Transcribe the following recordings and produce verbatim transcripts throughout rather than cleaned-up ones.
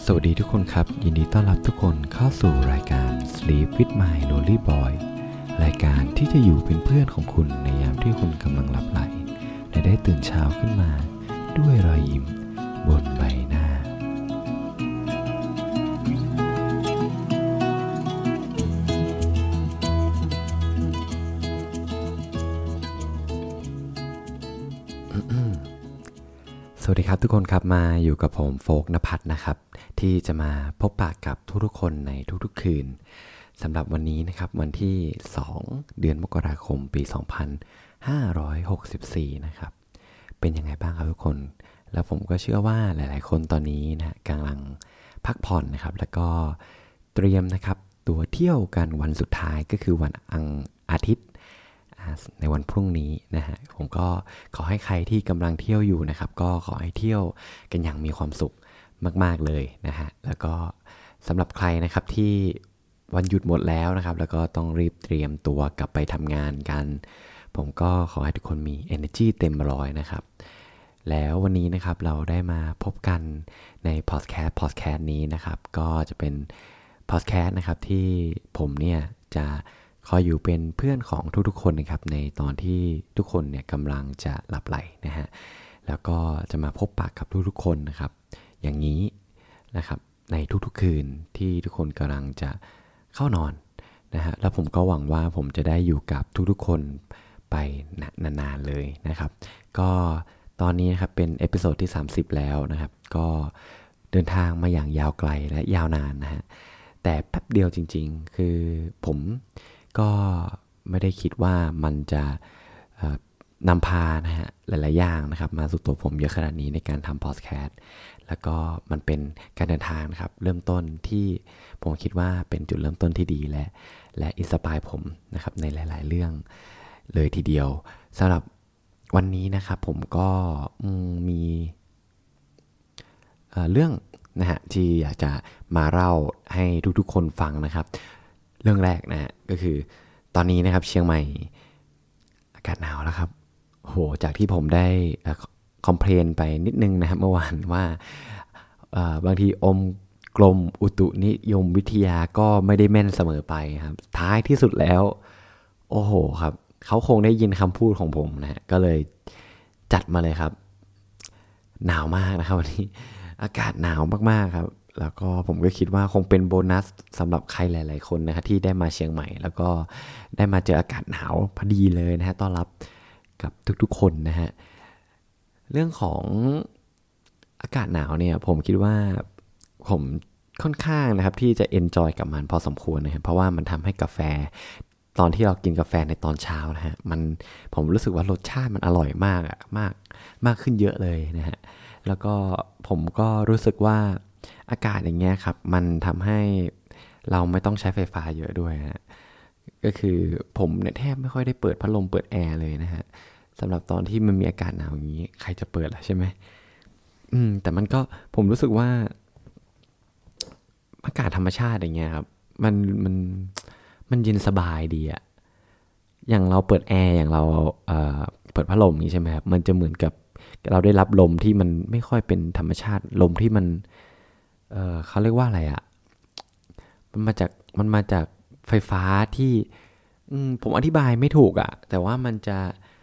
สวัสดีทุกคนครับยินดีต้อนรับทุกคนเข้าสู่รายการ Sleep with My Lonely Boy รายการที่จะอยู่เป็นเพื่อนของคุณในยามที่คุณกำลังหลับไหลและได้ตื่นเช้าขึ้นมาด้วยรอยยิ้มบนใบหน้าสวัสดีครับทุกคนครับมาอยู่กับผมโฟก ณภัทรนะครับที่จะมาพบปะกับทุกๆคนในทุกๆคืนสำหรับวันนี้นะครับวันที่สองเดือนมกราคมปีสองพันห้าร้อยหกสิบสี่นะครับเป็นยังไงบ้างครับทุกคนแล้วผมก็เชื่อว่าหลายๆคนตอนนี้นะกำลังพักผ่อนนะครับแล้วก็เตรียมนะครับตัวเที่ยวกันวันสุดท้ายก็คือวันอังอาทิตย์ในวันพรุ่งนี้นะฮะผมก็ขอให้ใครที่กำลังเที่ยวอยู่นะครับก็ขอให้เที่ยวกันอย่างมีความสุขมากๆเลยนะฮะแล้วก็สำหรับใครนะครับที่วันหยุดหมดแล้วนะครับแล้วก็ต้องรีบเตรียมตัวกลับไปทำงานกันผมก็ขอให้ทุกคนมี energy เต็มร้อยนะครับแล้ววันนี้นะครับเราได้มาพบกันใน podcast podcast นี้นะครับก็จะเป็น podcast นะครับที่ผมเนี่ยจะคอยอยู่เป็นเพื่อนของทุกๆคนนะครับในตอนที่ทุกคนเนี่ยกำลังจะหลับไหลนะฮะแล้วก็จะมาพบปะกับทุกๆคนนะครับอย่างนี้นะครับในทุกๆคืนที่ทุกคนกำลังจะเข้านอนนะฮะแล้วผมก็หวังว่าผมจะได้อยู่กับทุกๆคนไปนานๆเลยนะครับก็ตอนนี้นะครับเป็นเอพิโซดที่สามสิบแล้วนะครับก็เดินทางมาอย่างยาวไกลและยาวนานนะฮะแต่แป๊บเดียวจริงๆคือผมก็ไม่ได้คิดว่ามันจะนำพานะฮะหลายๆอย่างนะครับมาสู่ตัวผมเยอะขนาดนี้ในการทำพอดแคสต์แล้วก็มันเป็นการเดินทางนะครับเริ่มต้นที่ผมคิดว่าเป็นจุดเริ่มต้นที่ดีและและอินสไปร์ผมนะครับในหลายๆเรื่องเลยทีเดียวสำหรับวันนี้นะครับผมก็มีเอ่อเรื่องนะฮะที่อยากจะมาเล่าให้ทุกๆคนฟังนะครับเรื่องแรกนะฮะก็คือตอนนี้นะครับเชียงใหม่อากาศหนาวแล้วครับโหจากที่ผมได้คอมเพลนไปนิดนึงนะครับเมื่อวานว่าบางทีอมกรมอุตุนิยมวิทยาก็ไม่ได้แม่นเสมอไปครับท้ายที่สุดแล้วโอ้โหครับเขาคงได้ยินคำพูดของผมนะฮะก็เลยจัดมาเลยครับหนาวมากนะครับวันนี้อากาศหนาวมากๆครับแล้วก็ผมก็คิดว่าคงเป็นโบนัสสำหรับใครหลายๆคนนะครับที่ได้มาเชียงใหม่แล้วก็ได้มาเจออากาศหนาวพอดีเลยนะฮะต้อนรับกับทุกๆคนนะฮะเรื่องของอากาศหนาวเนี่ยผมคิดว่าผมค่อนข้างนะครับที่จะเอนจอยกับมันพอสมควรนะครับเพราะว่ามันทำให้กาแฟตอนที่เรากินกาแฟในตอนเช้านะฮะมันผมรู้สึกว่ารสชาติมันอร่อยมากอะมากมากขึ้นเยอะเลยนะฮะแล้วก็ผมก็รู้สึกว่าอากาศอย่างเงี้ยครับมันทำให้เราไม่ต้องใช้ไฟฟ้าเยอะด้วยฮะก็คือผมเนี่ยแทบไม่ค่อยได้เปิดพัดลมเปิดแอร์เลยนะฮะสำหรับตอนที่มันมีอากาศหนาวอย่างนี้ใครจะเปิดล่ะใช่ไหมอืมแต่มันก็ผมรู้สึกว่าอากาศธรรมชาติอย่างเงี้ยครับมันมันมันเย็นสบายดีอะอย่างเราเปิดแอร์อย่างเราเอ่อเปิดพัดลมอย่างนี้ใช่ไหมครับมันจะเหมือนกับเราได้รับลมที่มันไม่ค่อยเป็นธรรมชาติลมที่มันเอ่อเขาเรียกว่าอะไรอะมันมาจากมันมาจากไฟฟ้าที่ผมอธิบายไม่ถูกอะแต่ว่ามันจะ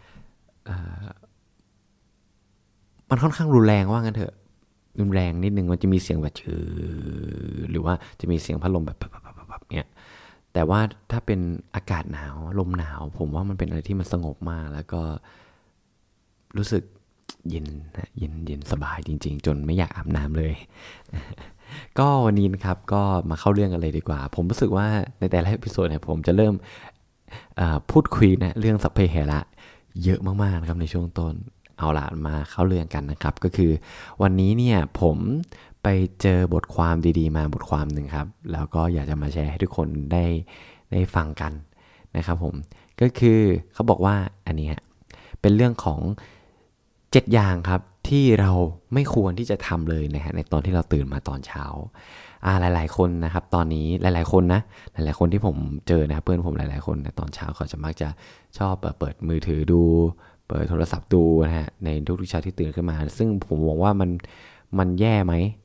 มันค่อนข้างรุนแรงว่างั้นเถอะรุนแรงนิดนึงมันจะมีเสียงแบบชือหรือว่าจะมีเสียงพัดลมแบบแบบเนี้ยแต่ว่าถ้าเป็นอากาศหนาวลมหนาวผมว่ามันเป็นอะไรที่มันสงบมากแล้วก็รู้สึกเย็นเย็นเย็นสบายจริงๆจนไม่อยากอาบน้ำเลยก็วันนี้นะครับก็มาเข้าเรื่องกันเลยดีกว่าผมรู้สึกว่าในแต่ละเอพิโซดเนี่ยผมจะเริ่มพูดคุยนะเรื่องสัพเพเหระเยอะมากๆนะครับในช่วงต้นเอาล่ะมาเข้าเรื่องกันนะครับก็คือวันนี้เนี่ยผมไปเจอบทความดีๆมาบทความหนึ่งครับแล้วก็อยากจะมาแชร์ให้ทุกคนได้ได้ฟังกันนะครับผมก็คือเขาบอกว่าอันนี้เป็นเรื่องของเจ็ดอย่างครับที่เราไม่ควรที่จะทำเลยนะฮะในตอนที่เราตื่นมาตอนเช้าอ่าหลายๆคนนะครับตอนนี้หลายๆคนนะหลายๆคนที่ผมเจอนะเพื่อนผมหลายๆคนนะตอนเช้าเขาจะมักจะชอบเปิดมือถือดูเปิดโทรศัพท์ดูนะฮะในทุกๆเช้าที่ตื่นขึ้นมาซึ่งผมมองว่ามันมันแย่ไหมนะฮะ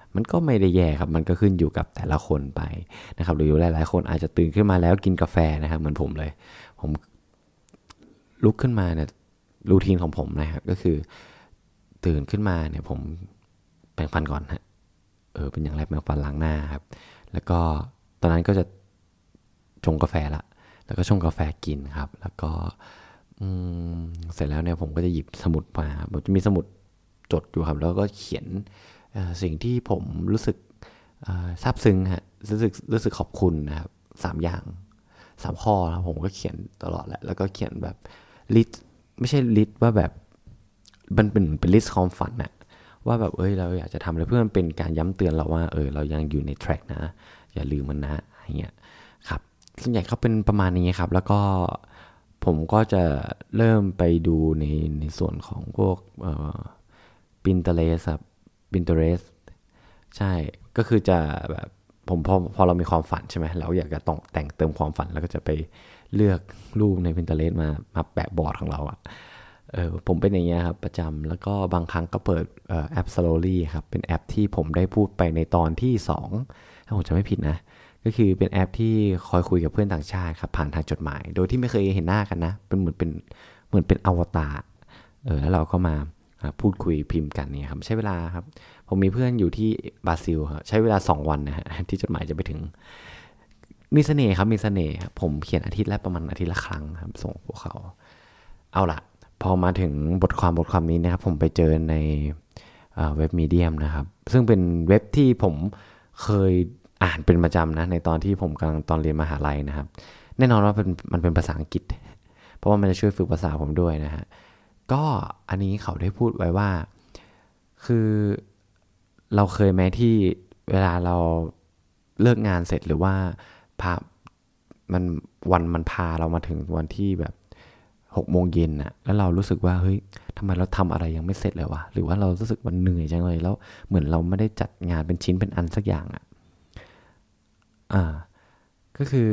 มันก็ไม่ได้แย่ครับมันก็ขึ้นอยู่กับแต่ละคนไปนะครับหรือหลายๆคนอาจจะตื่นขึ้นมาแล้วกินกาแฟนะครับเหมือนผมเลยผมลุกขึ้นมาเนี่ยรูทีนของผมนะครับก็คือตื่นขึ้นมาเนี่ยผมแปรงฟันก่อนฮะเออเป็นอย่างไรแปรงฟันล้างหน้าครับแล้วก็ตอนนั้นก็จะชงกาแฟละแล้วก็ชงกาแฟกินครับแล้วก็เสร็จแล้วเนี่ยผมก็จะหยิบสมุดมาผมจะมีสมุดจดอยู่ครับแล้วก็เขียนสิ่งที่ผมรู้สึกซาบซึ้งฮะรู้สึกรู้สึกขอบคุณนะครับสามอย่างสามข้อนะผมก็เขียนตลอดแหละแล้วก็เขียนแบบลิสต์ไม่ใช่ลิสต์ว่าแบบมันเป็นเป็นลิสต์ความฝันนะว่าแบบเอ้ยเราอยากจะทำอะไรเพื่อมันเป็นการย้ำเตือนเราว่าเออเรายังอยู่ในแทร็กนะอย่าลืมมันนะอะไรเงี้ยครับส่วนใหญ่เขาเป็นประมาณนี้ครับแล้วก็ผมก็จะเริ่มไปดูในในส่วนของพวกเอ่อ Pinterest ครับ Pinterest ใช่ก็คือจะแบบผมพอพอเรามีความฝันใช่ไหมเราอยากจะต้องแต่งเติมความฝันแล้วก็จะไปเลือกรูปใน Pinterest มามาแปะบอร์ดของเราอะเออผมเป็นอย่างเงี้ยครับประจำแล้วก็บางครั้งก็เปิดเอ่อแอป Slowly ครับเป็นแอปที่ผมได้พูดไปในตอนที่สองถ้าผมจำไม่ผิดนะก็คือเป็นแอปที่คอยคุยกับเพื่อนต่างชาติครับผ่านทางจดหมายโดยที่ไม่เคยเห็นหน้ากันนะเป็นเหมือนเป็นเหมือนเป็นอวตารเออแล้วเราก็มาพูดคุยพิมพ์กันเนี่ยครับใช้เวลาครับผมมีเพื่อนอยู่ที่บราซิลครับใช้เวลาสองวันนะฮะที่จดหมายจะไปถึงมีเสน่ห์ครับมีเสน่ห์ผมเขียนอาทิตย์ละประมาณอาทิตย์ละครั้งครับส่งพวกเขาเอาล่ะพอมาถึงบทความบทความนี้นะครับผมไปเจอในเว็บมีเดียมนะครับซึ่งเป็นเว็บที่ผมเคยอ่านเป็นประจำนะในตอนที่ผมกำลังตอนเรียนมหาลัยนะครับแน่นอนว่าเป็นมันเป็นภาษาอังกฤษเพราะว่ามันจะช่วยฝึกภาษาผมด้วยนะฮะก็อันนี้เขาได้พูดไว้ว่าคือเราเคยไหมที่เวลาเราเลิกงานเสร็จหรือว่าพามันวันมันพาเรามาถึงวันที่แบบหกโมงเย็นน่ะแล้วเรารู้สึกว่าเฮ้ยทำไมเราทำอะไรยังไม่เสร็จเลยวะหรือว่าเรารู้สึกมันเหนื่อยจังเลยแล้วเหมือนเราไม่ได้จัดงานเป็นชิ้นเป็นอันสักอย่างอ่ะอ่าก็คือ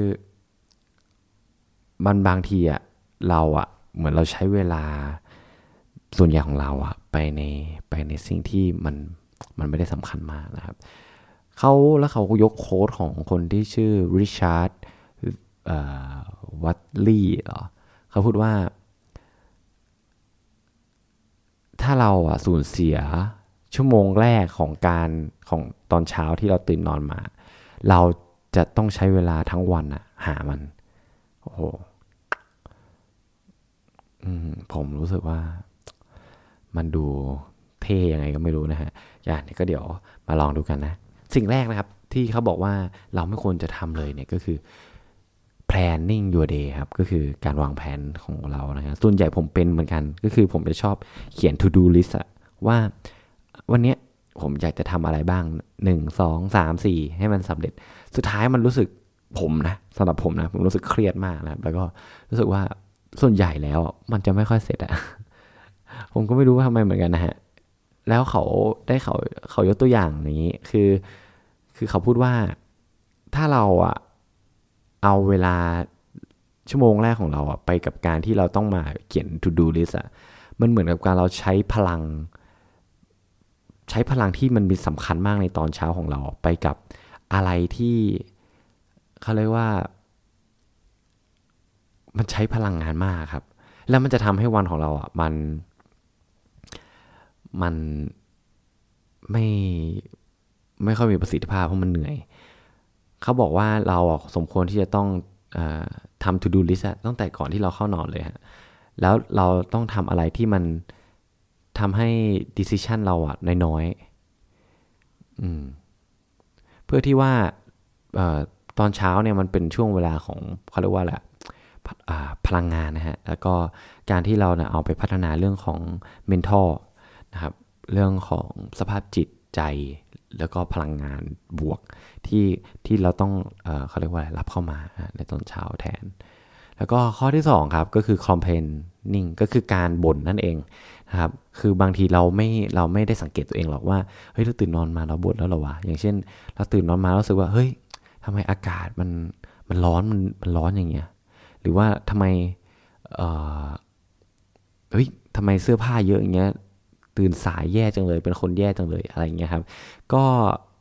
มันบางทีอ่ะเราอ่ะเหมือนเราใช้เวลาส่วนใหญ่ของเราอะไปในไปในสิ่งที่มันมันไม่ได้สำคัญมากนะครับเขาแล้วเขาก็ยกโค้ดของคนที่ชื่อริชาร์ดวัตลีย์เหรอเขาพูดว่าถ้าเราอะสูญเสียชั่วโมงแรกของการของตอนเช้าที่เราตื่นนอนมาเราจะต้องใช้เวลาทั้งวันอะหามันโอ้โหผมรู้สึกว่ามันดูเท่ยังไงก็ไม่รู้นะฮะอย่างนี้ก็เดี๋ยวมาลองดูกันนะสิ่งแรกนะครับที่เขาบอกว่าเราไม่ควรจะทำเลยเนี่ยก็คือ planning your day ครับก็คือการวางแผนของเรานะครับส่วนใหญ่ผมเป็นเหมือนกันก็คือผมจะชอบเขียน to do list อะว่าวันนี้ผมอยากจะทำอะไรบ้างหนึ่ง สอง สาม สี่ให้มันสำเร็จสุดท้ายมันรู้สึกผมนะสำหรับผมนะผมรู้สึกเครียดมากนะครับแล้วก็รู้สึกว่าส่วนใหญ่แล้วมันจะไม่ค่อยเสร็จอะผมก็ไม่รู้ว่าทำไมเหมือนกันนะฮะแล้วเขาได้เขาเขายกตัวอย่างอย่างนี้คือคือเขาพูดว่าถ้าเราอะเอาเวลาชั่วโมงแรกของเราอะไปกับการที่เราต้องมาเขียน to do list อะมันเหมือนกับการเราใช้พลังใช้พลังที่มันมีสำคัญมากในตอนเช้าของเราไปกับอะไรที่เขาเรียกว่ามันใช้พลังงานมากครับแล้วมันจะทำให้วันของเราอะมันมันไม่ไม่ค่อยมีประสิทธิภาพเพราะมันเหนื่อยเขาบอกว่าเราสมควรที่จะต้องเอ่อทำ to do list ตั้งแต่ก่อนที่เราเข้านอนเลยฮะแล้วเราต้องทำอะไรที่มันทำให้ decision เราอะน้อยๆอืมเพื่อที่ว่าเอ่อตอนเช้าเนี่ยมันเป็นช่วงเวลาของเขาเรียกว่าอะไรพลังงานนะฮะแล้วก็การที่เราเนี่ยเอาไปพัฒนาเรื่องของ mental นะครับเรื่องของสภาพจิตใจแล้วก็พลังงานบวกที่ที่เราต้องเอ่อเขาเรียกว่ารับเข้ามาในตอนเช้าแทนแล้วก็ข้อที่สองครับก็คือ complaining ก็คือการบ่นนั่นเองนะครับคือบางทีเราไม่เราไม่ได้สังเกตตัวเองหรอกว่าเฮ้ยเราตื่นนอนมาเราบ่นแล้วหรอวะอย่างเช่นเราตื่นนอนมารู้สึกว่าเฮ้ยทำไมอากาศมันมันร้อนมันมันร้อนอย่างเงี้ยหรือว่าทำไมเอ่อเฮ้ยทำไมเสื้อผ้าเยอะอย่างเงี้ยตื่นสายแย่จังเลยเป็นคนแย่จังเลยอะไรอย่างเงี้ยครับก็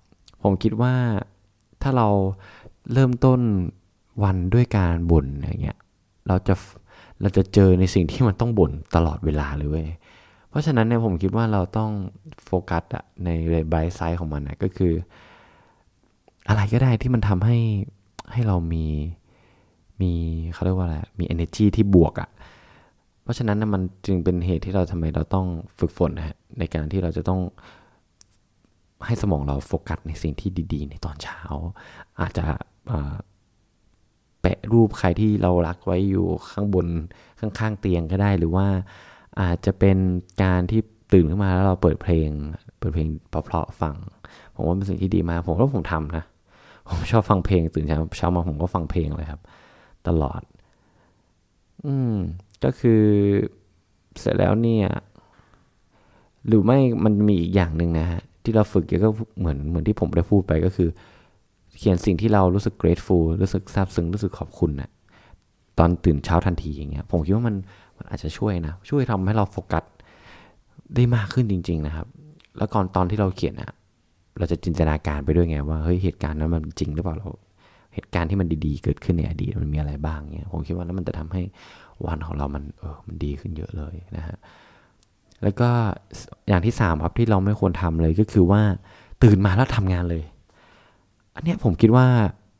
ผมคิดว่าถ้าเราเริ่มต้นวันด้วยการบ่นอย่างเงี้ยเราจะเราจะเจอในสิ่งที่มันต้องบ่นตลอดเวลาเลยเว้ยเพราะฉะนั้นเนี่ยผมคิดว่าเราต้องโฟกัสอะในไบรท์ไซด์ของมันนะก็คืออะไรก็ได้ที่มันทำให้ให้เรามีมีเขาเรียกว่าอะไรมี energy ที่บวกอะเพราะฉะนั้นนะมันจึงเป็นเหตุที่เราทำไมเราต้องฝึกฝนนะฮะในการที่เราจะต้องให้สมองเราโฟกัสในสิ่งที่ดีๆในตอนเช้าอาจจะแปะรูปใครที่เรารักไว้อยู่ข้างบนข้างๆเตียงก็ได้หรือว่าอาจจะเป็นการที่ตื่นขึ้นมาแล้วเราเปิดเพลงเปิดเพลงเพราะๆฟังผมว่าเป็นสิ่งที่ดีมากผมว่าผมทำนะผมชอบฟังเพลงตื่นเช้าเช้ามาผมก็ฟังเพลงเลยครับตลอดอืมก็คือเสร็จแล้วเนี่ยหรือไม่มันมีอีกอย่างหนึ่งนะฮะที่เราฝึกก็เหมือนเหมือนที่ผมได้พูดไปก็คือเขียนสิ่งที่เรารู้สึก grateful รู้สึกซาบซึ้งรู้สึกขอบคุณนะตอนตื่นเช้าทันทีอย่างเงี้ยผมคิดว่ามันมันอาจจะช่วยนะช่วยทำให้เราโฟกัสได้มากขึ้นจริงๆนะครับแล้วก่อนตอนที่เราเขียนนะเราจะจินตนาการไปด้วยไงว่าเฮ้ยเหตุการณ์นั้นมันจริงหรือเปล่าเราเหตุการณ์ที่มันดีๆเกิดขึ้นในอดีตมันมีอะไรบ้างเงี้ยผมคิดว่านั้นมันจะทำให้วันของเรามันเออมันดีขึ้นเยอะเลยนะฮะแล้วก็อย่างที่สามครับที่เราไม่ควรทำเลยก็คือว่าตื่นมาแล้วทำงานเลยอันเนี้ยผมคิดว่า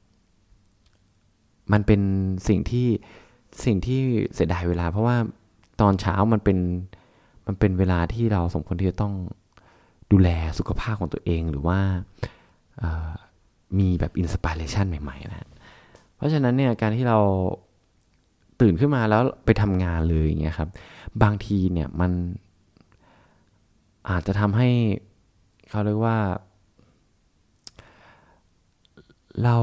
มันเป็นสิ่งที่สิ่งที่เสียดายเวลาเพราะว่าตอนเช้ามันเป็นมันเป็นเวลาที่เราสมควรที่จะต้องดูแลสุขภาพของตัวเองหรือว่ามีแบบอินสปิเรชันใหม่ๆนะเพราะฉะนั้นเนี่ยการที่เราตื่นขึ้นมาแล้วไปทำงานเลยอย่างเงี้ยครับบางทีเนี่ยมันอาจจะทำให้เขาเรียกว่าเรา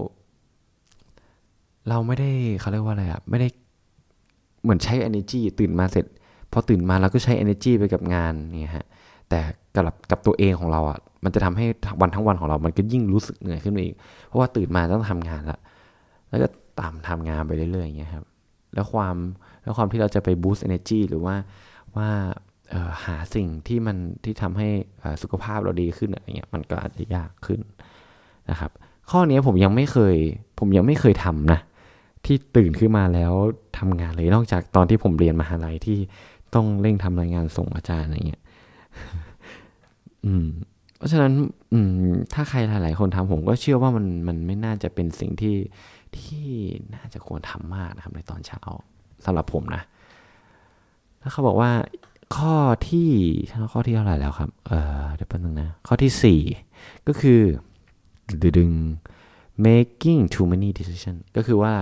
เราไม่ได้เขาเรียกว่าอะไรอ่ะไม่ได้เหมือนใช้ energy ตื่นมาเสร็จพอตื่นมาเราก็ใช้ energy ไปกับงานเนี่ยฮะแต่กับกับตัวเองของเราอ่ะมันจะทำให้วันทั้งวันของเรามันก็ยิ่งรู้สึกเหนื่อยขึ้นไปอีกเพราะว่าตื่นมาต้องทำงานละแล้วก็ตามทำงานไปเรื่อยๆอย่างเงี้ยครับแล้วความแล้วความที่เราจะไป boost energy หรือว่าว่าหาสิ่งที่มันที่ทำให้สุขภาพเราดีขึ้นอะไรเงี้ยมันก็อาจจะยากขึ้นนะครับข้อนี้ผมยังไม่เคยผมยังไม่เคยทำนะที่ตื่นขึ้นมาแล้วทำงานเลยนอกจากตอนที่ผมเรียนมหาลัยที่ต้องเร่งทำรายงานส่งอาจารย์อะไรเงี้ยอืมเพราะฉะนั้นอืมถ้าใครหลายๆคนทำผมก็เชื่อว่ามันมันไม่น่าจะเป็นสิ่งที่ที่น่าจะควรทำมากนะครับในตอนเช้าสำหรับผมนะแล้วเขาบอกว่าข้อที่ข้อที่เท่าไหร่แล้วครับเออเดี๋ยวแป๊บนึงนะข้อที่สี่ก็คือดึง making too many decision ก็คือว่า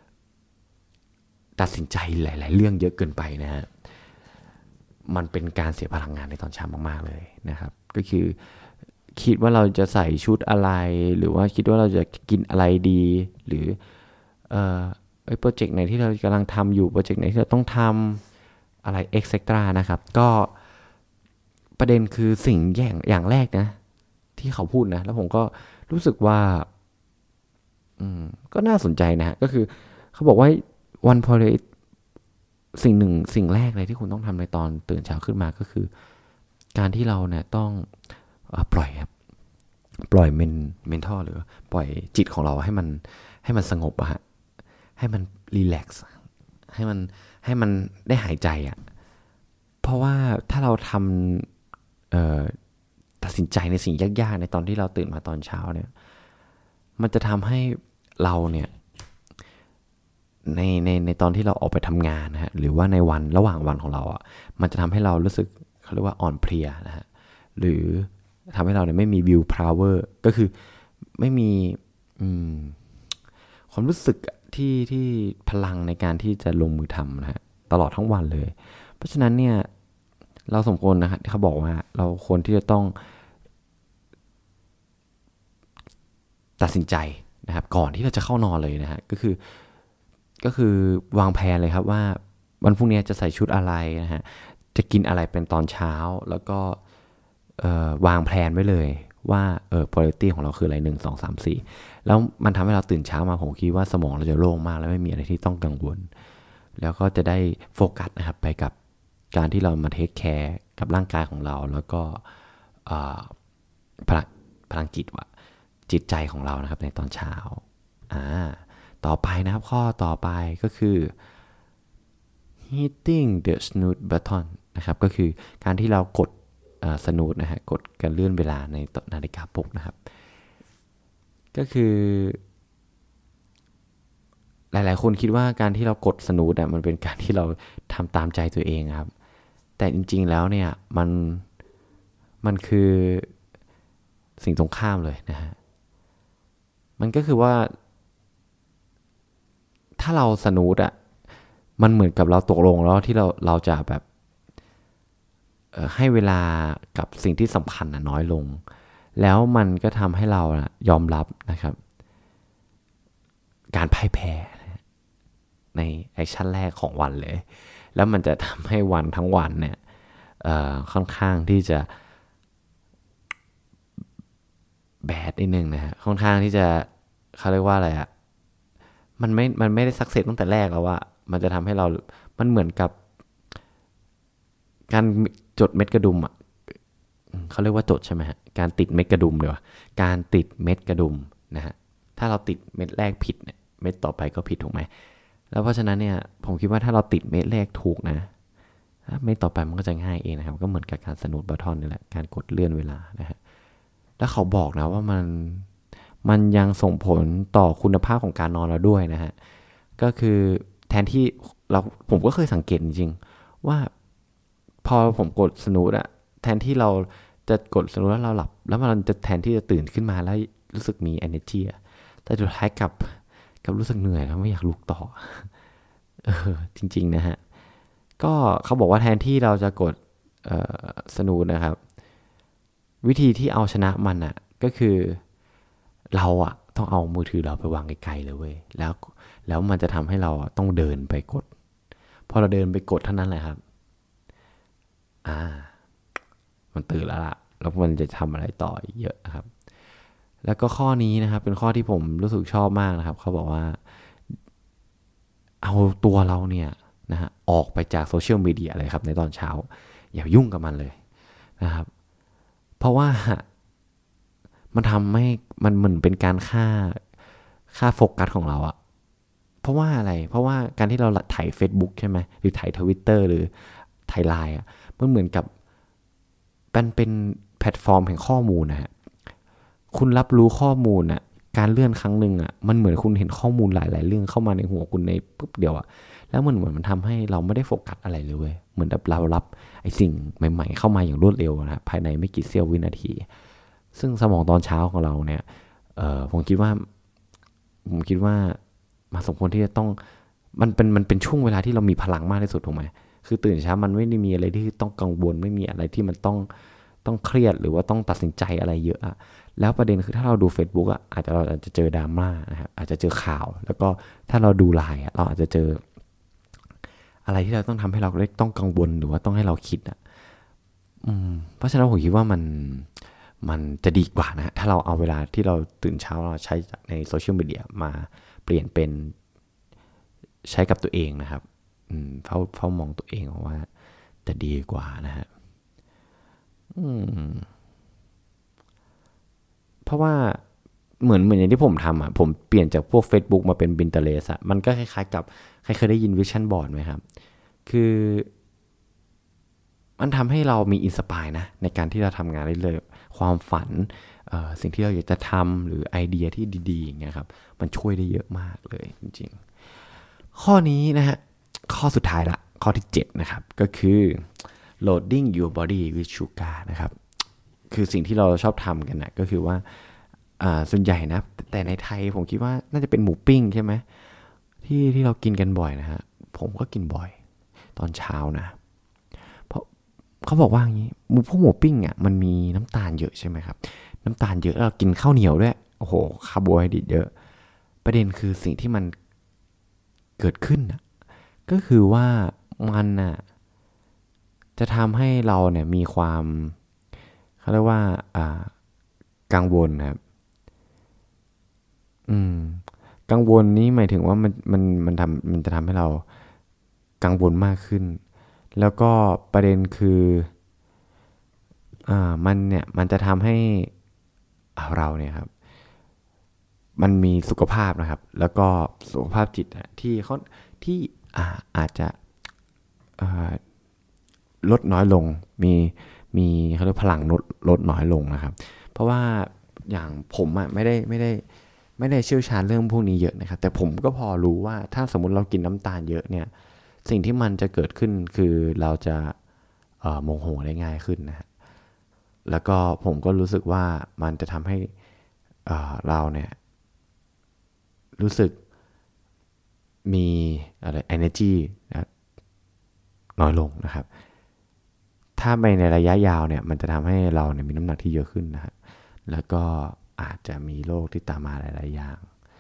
ตัดสินใจหลายๆเรื่องเยอะเกินไปนะฮะมันเป็นการเสียพลังงานในตอนเช้ามากๆเลยนะครับก็คือคิดว่าเราจะใส่ชุดอะไรหรือว่าคิดว่าเราจะกินอะไรดีหรือเอ่อไอ้โปรเจกต์ไหนที่เรากำลังทำอยู่โปรเจกต์ไหนที่เราต้องทำอะไร et cetera นะครับก็ประเด็นคือสิ่งอย่างอย่างแรกนะที่เขาพูดนะแล้วผมก็รู้สึกว่าอืมก็น่าสนใจนะฮะก็คือเขาบอกว่าวันพอเลยสิ่งหนึ่งสิ่งแรกเลยที่คุณต้องทำในตอนตื่นเช้าขึ้นมาก็คือการที่เราเนี่ยต้องปล่อยครับปล่อยเมนเมนทัลหรือปล่อยจิตของเราให้มันให้มันสงบอะฮะให้มันรีแลกซ์ให้มันให้มันได้หายใจอะเพราะว่าถ้าเราทำเอ่อตัดสินใจในสิ่งยากๆในตอนที่เราตื่นมาตอนเช้าเนี่ยมันจะทำให้เราเนี่ยในในในตอนที่เราออกไปทำงานนะฮะหรือว่าในวันระหว่างวันของเราอ่ะมันจะทำให้เรารู้สึกเขาเรียกว่าอ่อนเพลียนะฮะหรือทำให้เราเนี่ยไม่มีวิวพาวเวอร์ก็คือไม่มีความรู้สึกที่ที่พลังในการที่จะลงมือทำนะฮะตลอดทั้งวันเลยเพราะฉะนั้นเนี่ยเราสมควรนะฮะเขาบอกว่าเราควรที่จะต้องตัดสินใจนะครับก่อนที่เราจะเข้านอนเลยนะฮะก็คือก็คือวางแผนเลยครับว่าวันพรุ่งนี้จะใส่ชุดอะไรนะฮะจะกินอะไรเป็นตอนเช้าแล้วก็วางแผนไว้เลยว่าเออ priority ของเราคืออะไรหนึ่ง สอง สาม สี่แล้วมันทำให้เราตื่นเช้ามาผมคิดว่าสมองเราจะโล่งมากแล้วไม่มีอะไรที่ต้องกังวลแล้วก็จะได้โฟกัสนะครับไปกับการที่เรามาเทคแคร์กับร่างกายของเราแล้วก็พลังพลังจิตว่ะจิตใจของเรานะครับในตอนเช้าอ่าต่อไปนะครับข้อต่อไปก็คือ hitting the snooze button นะครับก็คือการที่เรากดสนูดนะฮะกดการเลื่อนเวลาในนาฬิกาปลุกนะครับก็คือหลายๆคนคิดว่าการที่เรากดสนูดอ่ะมันเป็นการที่เราทำตามใจตัวเองครับแต่จริงๆแล้วเนี่ยมันมันคือสิ่งตรงข้ามเลยนะฮะมันก็คือว่าถ้าเราสนูดอ่ะมันเหมือนกับเราตกลงแล้วที่เราเราจะแบบให้เวลากับสิ่งที่สำคัญน้อยลงแล้วมันก็ทำให้เรายอมรับนะครับการพ่ายแพ้ในแอคชั่นแรกของวันเลยแล้วมันจะทำให้วันทั้งวันเนี่ยค่อนข้างที่จะแบดนิดนึงนะฮะค่อนข้างที่จะเขาเรียกว่าอะไรอ่ะมันไม่มันไม่ได้สักเซสตั้งแต่แรกแล้วว่ามันจะทำให้เรามันเหมือนกับการจดเม็ดกระดุมอ่ะเขาเรียกว่าจดใช่ไหมฮะการติดเม็ดกระดุมเลยว่ะการติดเม็ดกระดุมนะฮะถ้าเราติดเม็ดแรกผิดเนี่ยเม็ดต่อไปก็ผิดถูกไหมแล้วเพราะฉะนั้นเนี่ยผมคิดว่าถ้าเราติดเม็ดแรกถูกนะเม็ดต่อไปมันก็จะง่ายเองนะครับก็เหมือนกับการสนูดบัตทอนนี่แหละการกดเลื่อนเวลานะฮะแล้วเขาบอกนะว่ามันมันยังส่งผลต่อคุณภาพของการนอนเราด้วยนะฮะก็คือแทนที่เราผมก็เคยสังเกตจริงๆว่าพอผมกดสนูดอะแทนที่เราจะกดสนูดแล้วเราหลับแล้วมันจะแทนที่จะตื่นขึ้นมาแล้วรู้สึกมี energy อะแต่สุดท้ายกลับกับรู้สึกเหนื่อยแล้วไม่อยากลุกต่อเออจริงๆนะฮะก็เขาบอกว่าแทนที่เราจะกดสนูดนะครับวิธีที่เอาชนะมันอ่ะก็คือเราอ่ะต้องเอามือถือเราไปวางไกลๆเลยเว้ยแล้วแล้วมันจะทำให้เราต้องเดินไปกดพอเราเดินไปกดเท่านั้นแหละครับอ่ามันตื่นแล้วล่ะแล้วมันจะทำอะไรต่อเยอะนะครับแล้วก็ข้อนี้นะครับเป็นข้อที่ผมรู้สึกชอบมากนะครับเขาบอกว่าเอาตัวเราเนี่ยนะฮะออกไปจากโซเชียลมีเดียเลยครับในตอนเช้าอย่ายุ่งกับมันเลยนะครับเพราะว่ามันทำให้มันเหมือนเป็นการฆ่าฆ่าโฟกัสของเราอะเพราะว่าอะไรเพราะว่าการที่เราถ่าย Facebook ใช่ไหมหรือถ่าย Twitter หรือถ่าย ไลน์ อะมันเหมือนกับมันเป็นแพลตฟอร์มแห่งข้อมูลนะฮะคุณรับรู้ข้อมูลอะการเลื่อนครั้งหนึ่งอะมันเหมือนคุณเห็นข้อมูลหลายๆเรื่องเข้ามาในหัวคุณในปุ๊บเดียวอะแล้วมันเหมือนมันทำให้เราไม่ได้โฟกัสอะไรเลยเว้ยเหมือนแบบเรารับไอ้สิ่งใหม่ๆเข้ามาอย่างรวดเร็วนะภายในไม่กี่เสี้ยววินาทีซึ่งสมองตอนเช้าของเราเนี่ยเอ่อผมคิดว่าผมคิดว่ามาสมควรที่จะต้องมันเป็นมันเป็นช่วงเวลาที่เรามีพลังมากที่สุดถูกไหมคือตื่นเช้ามันไม่ได้มีอะไรที่ต้องกังวลไม่มีอะไรที่มันต้องต้องเครียดหรือว่าต้องตัดสินใจอะไรเยอะอะแล้วประเด็นคือถ้าเราดู Facebook อ่ะอาจจะเราอาจจะเจอดราม่านะครับอาจจะเจอข่าวแล้วก็ถ้าเราดู ไลน์ อ่ะเราอาจจะเจออะไรที่เราต้องทำให้เราต้องกังวลหรือว่าต้องให้เราคิดอ่ะอืมเพราะฉะนั้นผมคิดว่ามันมันจะดีกว่านะถ้าเราเอาเวลาที่เราตื่นเช้าเราใช้ในโซเชียลมีเดียมาเปลี่ยนเป็นใช้กับตัวเองนะครับอืมเฝ้าเฝ้ามองตัวเองว่าจะดีกว่านะฮะอืมเพราะว่าเหมือนเหมือนอย่างที่ผมทำอ่ะผมเปลี่ยนจากพวก Facebook มาเป็น Pinterest อ่ะมันก็คล้ายๆกับใครเคยได้ยิน Vision Board ไหมครับคือมันทำให้เรามีอินสปายนะในการที่เราทำงานได้เลยความฝันสิ่งที่เราอยากจะทำหรือไอเดียที่ดีๆอย่างเงี้ยครับมันช่วยได้เยอะมากเลยจริงๆข้อนี้นะฮะข้อสุดท้ายละข้อที่เจ็ดนะครับก็คือ loading your body with sugar นะครับคือสิ่งที่เราชอบทำกันนะก็คือว่าส่วนใหญ่นะแต่ในไทยผมคิดว่าน่าจะเป็นหมูปิ้งใช่ไหมที่ที่เรากินกันบ่อยนะฮะผมก็กินบ่อยตอนเช้านะเพราะเขาบอกว่าอย่างนี้หมูพวกหมูปิ้งอ่ะมันมีน้ำตาลเยอะใช่ไหมครับน้ำตาลเยอะเรากินข้าวเหนียวด้วยโอ้โหคาร์โบไฮเดรตเยอะประเด็นคือสิ่งที่มันเกิดขึ้นนะก็คือว่ามันน่ะจะทำให้เราเนี่ยมีความเขาเรียกว่าอ่ากังวลนะครับอืมกังวลนี้หมายถึงว่ามันมันมันทำมันจะทำให้เรากังวลมากขึ้นแล้วก็ประเด็นคืออ่ามันเนี่ยมันจะทำให้เราเนี่ยครับมันมีสุขภาพนะครับแล้วก็สุขภาพจิตที่เขาที่อาอาจจะลดน้อยลงมีมีเขาเรียกพลังลดลดน้อยลงนะครับเพราะว่าอย่างผมอ่ะไม่ได้ไม่ได้ไม่ได้เชี่ยวชาญเรื่องพวกนี้เยอะนะครับแต่ผมก็พอรู้ว่าถ้าสมมุติเรากินน้ำตาลเยอะเนี่ยสิ่งที่มันจะเกิดขึ้นคือเราจะโมโหได้ง่ายขึ้นนะฮะแล้วก็ผมก็รู้สึกว่ามันจะทำให้เราเนี่ยรู้สึกมีอะไร energy นะน้อยลงนะครับถ้าไปในระยะยาวเนี่ยมันจะทำให้เราเนี่ยมีน้ำหนักที่เยอะขึ้นนะฮะแล้วก็อาจจะมีโรคที่ตามมาหลายๆอย่าง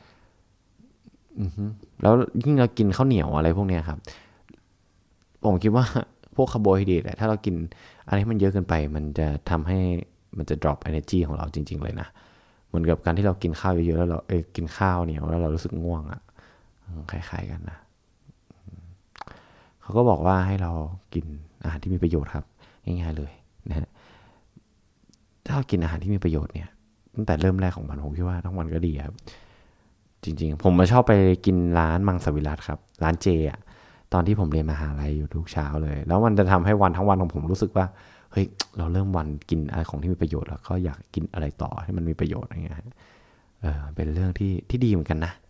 แล้วยิ่งเรากินข้าวเหนียวอะไรพวกเนี้ยครับผมคิดว่าพวกคาร์โบไฮเดรตถ้าเรากินอะไรที่มันเยอะเกินไปมันจะทำให้มันจะ drop energy ของเราจริงๆเลยนะเหมือนกับการที่เรากินข้าวเยอะๆแล้วเราเอ้ยกินข้าวเหนียวแล้วเรารู้สึกง่วงอ่ะคล้ายๆกันนะเขาก็บอกว่าให้เรากินอาหารที่มีประโยชน์ครับง่ายๆเลยนะฮะถ้าเรากินอาหารที่มีประโยชน์เนี่ยตั้งแต่เริ่มแรกของวันผมคิดว่าทั้งวันก็ดีครับจริงๆผมมาชอบไปกินร้านมังสวิรัติครับร้านเจอ่ะตอนที่ผมเรียนมหาลัยอยู่ทุกเช้าเลยแล้วมันจะทำให้วันทั้งวันของผมรู้สึกว่าเฮ้ยเราเริ่มวันกินอะไรของที่มีประโยชน์แล้วก็อยากกินอะไรต่อให้มันมีประโยชน์อะไรเงี้ยเออเป็นเรื่องที่ที่ดีเหมือนกันนะ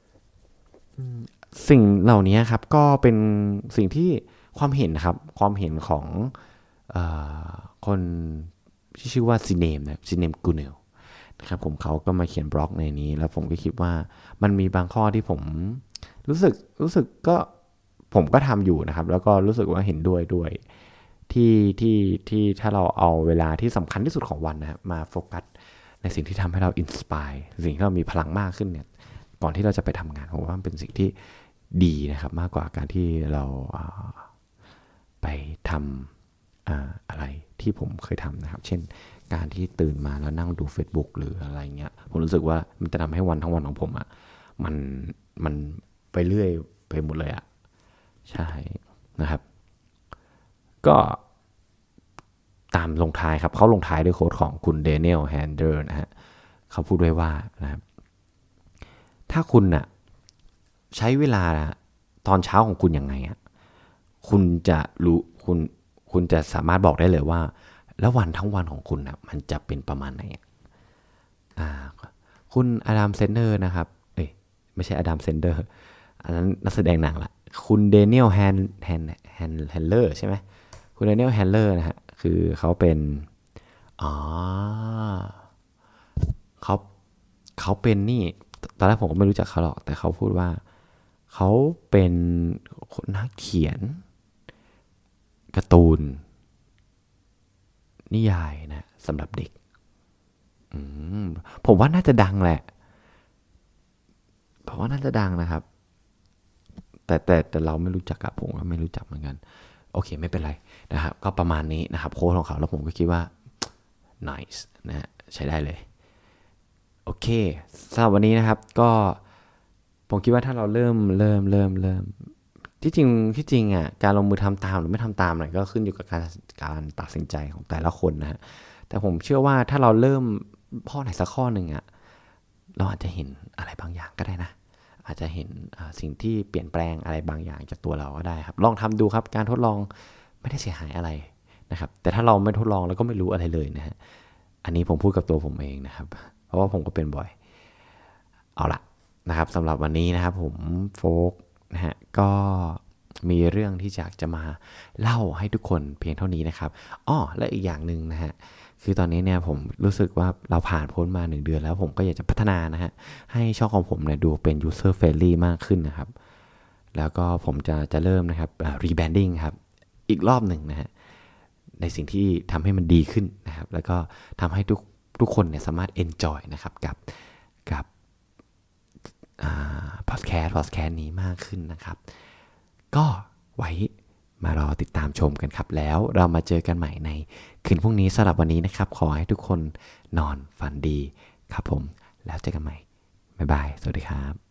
สิ่งเหล่านี้ครับก็เป็นสิ่งที่ความเห็นครับความเห็นของเอ่อคนที่ชื่อว่าซีเนมนะซีเนมกูเนลนะครับผมเขาก็มาเขียนบล็อกในนี้แล้วผมก็คิดว่ามันมีบางข้อที่ผมรู้สึกรู้สึกก็ผมก็ทำอยู่นะครับแล้วก็รู้สึกว่าเห็นด้วยด้วยที่ที่ที่ถ้าเราเอาเวลาที่สำคัญที่สุดของวันนะครับมาโฟกัสในสิ่งที่ทำให้เราอินสปายสิ่งที่เรามีพลังมากขึ้นเนี่ยก่อนที่เราจะไปทำงานผมว่ามันเป็นสิ่งที่ดีนะครับมากกว่าการที่เราไปทำอะไรที่ผมเคยทำนะครับเช่นการที่ตื่นมาแล้วนั่งดู Facebook หรืออะไรเงี้ยผมรู้สึกว่ามันจะทำให้วันทั้งวันของผมอ่ะมันมันไปเรื่อยไปหมดเลยอ่ะใช่นะครับก็ตามลงท้ายครับเขาลงท้ายด้วยโค้ดของคุณเดเนียลแฮนเดอร์นะฮะเขาพูดด้วยว่านะครับถ้าคุณน่ะใช้เวลาตอนเช้าของคุณยังไงอ่ะคุณจะรู้คุณคุณจะสามารถบอกได้เลยว่าแล้ววันทั้งวันของคุณนะมันจะเป็นประมาณไหนอ่าคุณอดัมเซนเดอร์นะครับเอ้ยไม่ใช่อดัมเซนเดอร์อันนั้นนักแสดงหนังละคุณเดเนียลแฮนแฮนแฮนแฮนเลอร์ใช่ไหมคุณเดเนียลแฮนเลอร์นะฮะคือเขาเป็นอ๋อเขาเขาเป็นนี่ตอนแรกผมก็ไม่รู้จักเขาหรอกแต่เขาพูดว่าเขาเป็นคนนักเขียนการ์ตูนนิยายนะสำหรับเด็กผมว่าน่าจะดังแหละผมว่าน่าจะดังนะครับแต่แต่แต่เราไม่รู้จักกับผมก็ไม่รู้จักเหมือนกันโอเคไม่เป็นไรนะครับก็ประมาณนี้นะครับโค้ดของเขาแล้วผมก็คิดว่า nice นะฮะใช้ได้เลยโอเคสำหรับวันนี้นะครับก็ผมคิดว่าถ้าเราเริ่มเริ่มเริ่มเริ่มที่จริงที่จริงอ่ะการลงมือทำตามหรือไม่ทำตามเนี่ยก็ขึ้นอยู่กับการการตัดสินใจของแต่ละคนนะฮะแต่ผมเชื่อว่าถ้าเราเริ่มข้อไหนสักข้อหนึ่งอ่ะเราอาจจะเห็นอะไรบางอย่างก็ได้นะอาจจะเห็นสิ่งที่เปลี่ยนแปลงอะไรบางอย่างจากตัวเราก็ได้ครับลองทำดูครับการทดลองไม่ได้เสียหายอะไรนะครับแต่ถ้าเราไม่ทดลองแล้วก็ไม่รู้อะไรเลยนะฮะอันนี้ผมพูดกับตัวผมเองนะครับเพราะว่าผมก็เป็นบ่อยเอาละนะครับสำหรับวันนี้นะครับผมโฟกนะฮะก็มีเรื่องที่อยากจะมาเล่าให้ทุกคนเพียงเท่านี้นะครับอ้อและอีกอย่างหนึ่งนะฮะคือตอนนี้เนี่ยผมรู้สึกว่าเราผ่านพ้นมาหนึ่งเดือนแล้วผมก็อยากจะพัฒนานะฮะให้ช่องของผมเนี่ยดูเป็น user friendly มากขึ้นนะครับแล้วก็ผมจะจะเริ่มนะครับ rebranding ครับอีกรอบหนึ่งนะฮะในสิ่งที่ทำให้มันดีขึ้นนะครับแล้วก็ทำให้ทุกทุกคนเนี่ยสามารถ enjoy นะครับกับกับพอดแคสต์พอดแคสต์นี้มากขึ้นนะครับก็ไว้มารอติดตามชมกันครับแล้วเรามาเจอกันใหม่ในคืนพรุ่งนี้สำหรับวันนี้นะครับขอให้ทุกคนนอนฝันดีครับผมแล้วเจอกันใหม่บ๊ายบายสวัสดีครับ